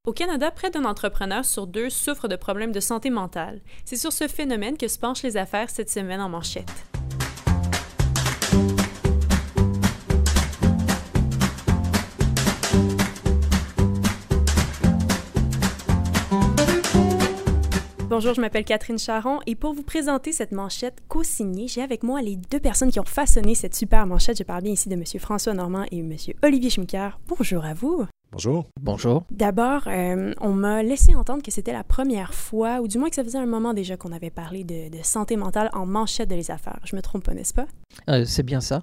Au Canada, près d'un entrepreneur sur deux souffre de problèmes de santé mentale. C'est sur ce phénomène que se penchent les affaires cette semaine en manchette. Bonjour, je m'appelle Catherine Charon et pour vous présenter cette manchette co-signée, j'ai avec moi les deux personnes qui ont façonné cette super manchette. Je parle bien ici de M. François Normand et M. Olivier Schmicker. Bonjour à vous. Bonjour. Bonjour. D'abord, on m'a laissé entendre que c'était la première fois, ou du moins que ça faisait un moment déjà qu'on avait parlé de santé mentale en manchette de Les Affaires. Je me trompe pas, n'est-ce pas? C'est bien ça.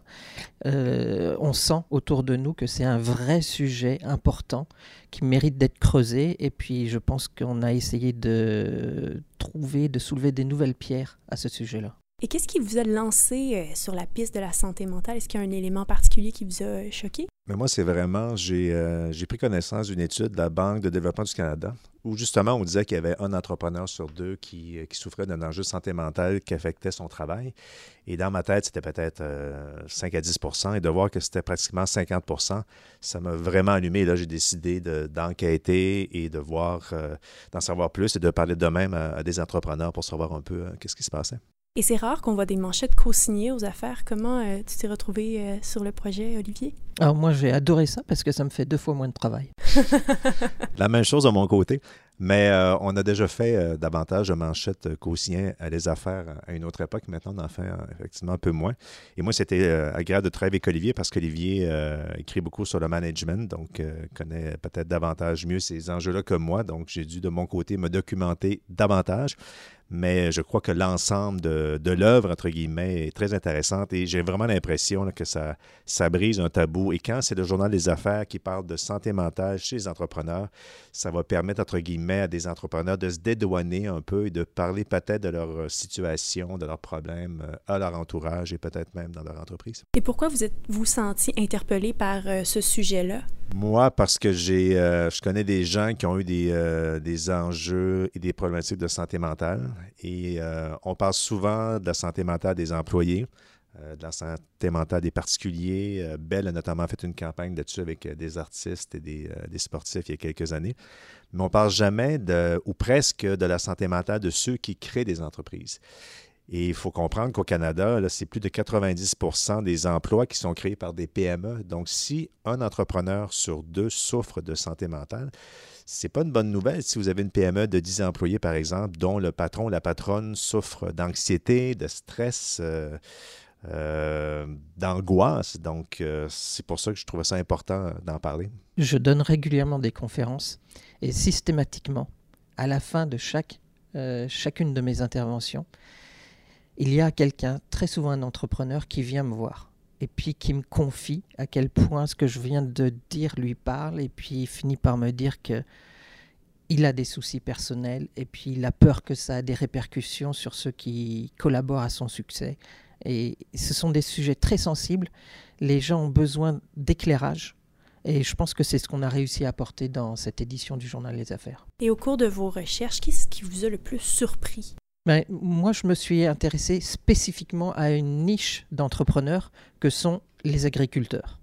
On sent autour de nous que c'est un vrai sujet important qui mérite d'être creusé. Et puis, je pense qu'on a essayé de soulever des nouvelles pierres à ce sujet-là. Et qu'est-ce qui vous a lancé sur la piste de la santé mentale? Est-ce qu'il y a un élément particulier qui vous a choqué? Mais moi, c'est vraiment, j'ai pris connaissance d'une étude de la Banque de développement du Canada où justement on disait qu'il y avait un entrepreneur sur deux qui souffrait d'un enjeu de santé mentale qui affectait son travail. Et dans ma tête, c'était peut-être 5 à 10 % et de voir que c'était pratiquement 50 % ça m'a vraiment allumé. Et là, j'ai décidé d'enquêter et de voir, d'en savoir plus et de parler de même à des entrepreneurs pour savoir un peu qu'est-ce qui se passait. Et c'est rare qu'on voit des manchettes co-signées aux affaires. Comment tu t'es retrouvé sur le projet, Olivier? Alors moi, j'ai adoré ça parce que ça me fait 2 fois moins de travail. La même chose de mon côté, mais on a déjà fait davantage de manchettes co-signées à Les Affaires à une autre époque. Maintenant, on en fait effectivement un peu moins. Et moi, c'était agréable de travailler avec Olivier parce qu'Olivier écrit beaucoup sur le management, donc connaît peut-être davantage mieux ces enjeux-là que moi. Donc, j'ai dû de mon côté me documenter davantage. Mais je crois que l'ensemble de l'œuvre, entre guillemets, est très intéressante et j'ai vraiment l'impression là, que ça brise un tabou. Et quand c'est le Journal des Affaires qui parle de santé mentale chez les entrepreneurs, ça va permettre, entre guillemets, à des entrepreneurs de se dédouaner un peu et de parler peut-être de leur situation, de leurs problèmes à leur entourage et peut-être même dans leur entreprise. Et pourquoi vous êtes-vous senti interpellé par ce sujet-là? Moi, parce que je connais des gens qui ont eu des enjeux et des problématiques de santé mentale. Et on parle souvent de la santé mentale des employés, de la santé mentale des particuliers. Bell a notamment fait une campagne là-dessus avec des artistes et des sportifs il y a quelques années. Mais on ne parle jamais ou presque de la santé mentale de ceux qui créent des entreprises. Et il faut comprendre qu'au Canada, là, c'est plus de 90 % des emplois qui sont créés par des PME. Donc, si un entrepreneur sur 2 souffre de santé mentale, c'est pas une bonne nouvelle. Si vous avez une PME de 10 employés, par exemple, dont le patron ou la patronne souffre d'anxiété, de stress, d'angoisse. Donc, c'est pour ça que je trouvais ça important d'en parler. Je donne régulièrement des conférences et systématiquement, à la fin de chacune de mes interventions, il y a quelqu'un, très souvent un entrepreneur, qui vient me voir et puis qui me confie à quel point ce que je viens de dire lui parle et puis il finit par me dire qu'il a des soucis personnels et puis il a peur que ça a des répercussions sur ceux qui collaborent à son succès. Et ce sont des sujets très sensibles. Les gens ont besoin d'éclairage. Et je pense que c'est ce qu'on a réussi à apporter dans cette édition du Journal Les Affaires. Et au cours de vos recherches, qu'est-ce qui vous a le plus surpris? Moi, je me suis intéressé spécifiquement à une niche d'entrepreneurs que sont les agriculteurs.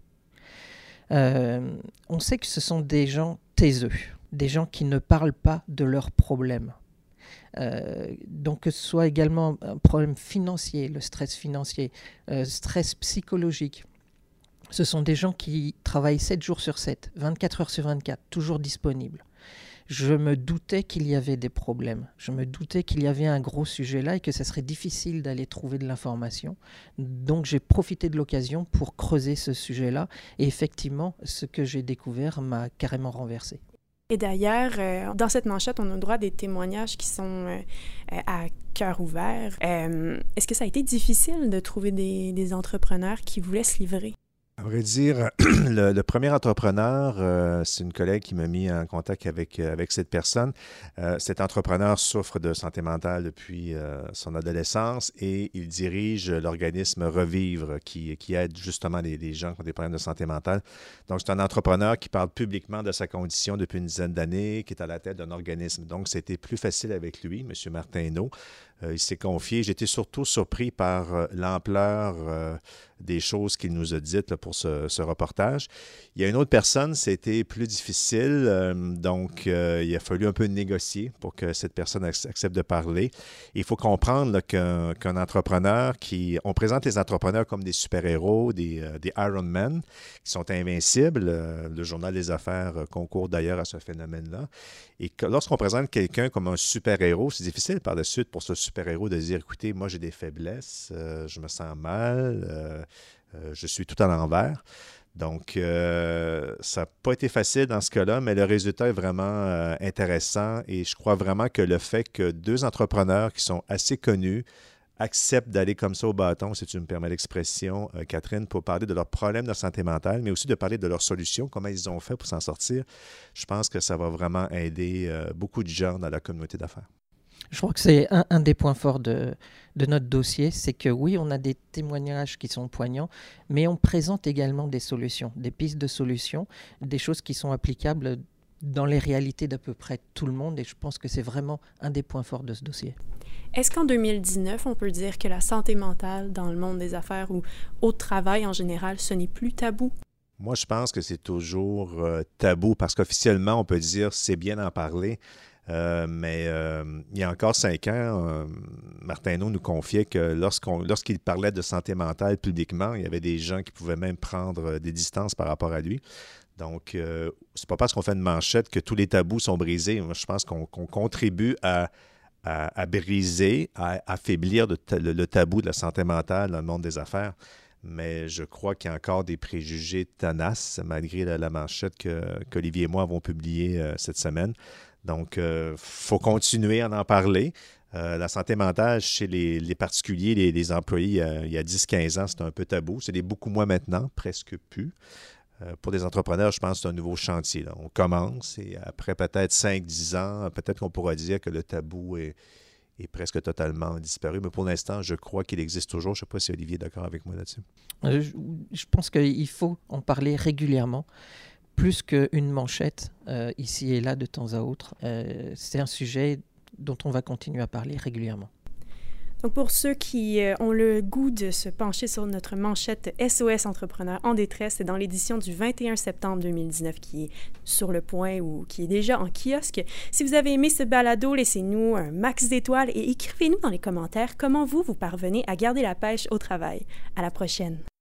On sait que ce sont des gens taiseux, des gens qui ne parlent pas de leurs problèmes. Donc que ce soit également un problème financier, le stress financier, stress psychologique. Ce sont des gens qui travaillent 7 jours sur 7, 24 heures sur 24, toujours disponibles. Je me doutais qu'il y avait des problèmes. Je me doutais qu'il y avait un gros sujet là et que ça serait difficile d'aller trouver de l'information. Donc j'ai profité de l'occasion pour creuser ce sujet-là. Et effectivement, ce que j'ai découvert m'a carrément renversé. Et d'ailleurs, dans cette manchette, on a le droit à des témoignages qui sont à cœur ouvert. Est-ce que ça a été difficile de trouver des entrepreneurs qui voulaient se livrer? À vrai dire, le premier entrepreneur, c'est une collègue qui m'a mis en contact avec cette personne. Cet entrepreneur souffre de santé mentale depuis son adolescence et il dirige l'organisme Revivre qui aide justement les gens qui ont des problèmes de santé mentale. Donc, c'est un entrepreneur qui parle publiquement de sa condition depuis une dizaine d'années, qui est à la tête d'un organisme. Donc, c'était plus facile avec lui, M. Martineau. Il s'est confié. J'étais surtout surpris par l'ampleur des choses qu'il nous a dites là, pour ce reportage. Il y a une autre personne, c'était plus difficile, donc il a fallu un peu négocier pour que cette personne accepte de parler. Il faut comprendre là, qu'un entrepreneur on présente les entrepreneurs comme des super-héros, des Iron Man, qui sont invincibles. Le Journal des Affaires concourt d'ailleurs à ce phénomène-là. Et lorsqu'on présente quelqu'un comme un super-héros, c'est difficile par la suite pour ce super-héros de dire, écoutez, moi j'ai des faiblesses, je me sens mal, je suis tout à l'envers. Donc, ça n'a pas été facile dans ce cas-là, mais le résultat est vraiment intéressant et je crois vraiment que le fait que deux entrepreneurs qui sont assez connus acceptent d'aller comme ça au bâton, si tu me permets l'expression, Catherine, pour parler de leurs problèmes de santé mentale, mais aussi de parler de leurs solutions, comment ils ont fait pour s'en sortir, je pense que ça va vraiment aider beaucoup de gens dans la communauté d'affaires. Je crois que c'est un des points forts de notre dossier, c'est que oui, on a des témoignages qui sont poignants, mais on présente également des solutions, des pistes de solutions, des choses qui sont applicables dans les réalités d'à peu près tout le monde, et je pense que c'est vraiment un des points forts de ce dossier. Est-ce qu'en 2019, on peut dire que la santé mentale dans le monde des affaires ou au travail en général, ce n'est plus tabou? Moi, je pense que c'est toujours tabou parce qu'officiellement, on peut dire c'est bien d'en parler. Mais il y a encore 5 ans, Martineau nous confiait que lorsqu'il parlait de santé mentale publiquement, il y avait des gens qui pouvaient même prendre des distances par rapport à lui. Donc, c'est pas parce qu'on fait une manchette que tous les tabous sont brisés. Moi, je pense qu'on contribue à briser, à affaiblir le tabou de la santé mentale dans le monde des affaires. Mais je crois qu'il y a encore des préjugés tenaces, malgré la manchette qu'Olivier et moi avons publiée cette semaine. Donc, il faut continuer à en parler. La santé mentale chez les particuliers, les employés, il y a 10-15 ans, c'était un peu tabou. C'est beaucoup moins maintenant, presque plus. Pour les entrepreneurs, je pense que c'est un nouveau chantier. Là. On commence et après peut-être 5-10 ans, peut-être qu'on pourra dire que le tabou est presque totalement disparu. Mais pour l'instant, je crois qu'il existe toujours. Je ne sais pas si Olivier est d'accord avec moi là-dessus. Je pense qu'il faut en parler régulièrement. Plus qu'une manchette, ici et là, de temps à autre. C'est un sujet dont on va continuer à parler régulièrement. Donc, pour ceux qui ont le goût de se pencher sur notre manchette SOS Entrepreneurs en détresse, c'est dans l'édition du 21 septembre 2019 qui est sur le point ou qui est déjà en kiosque. Si vous avez aimé ce balado, laissez-nous un max d'étoiles et écrivez-nous dans les commentaires comment vous parvenez à garder la pêche au travail. À la prochaine!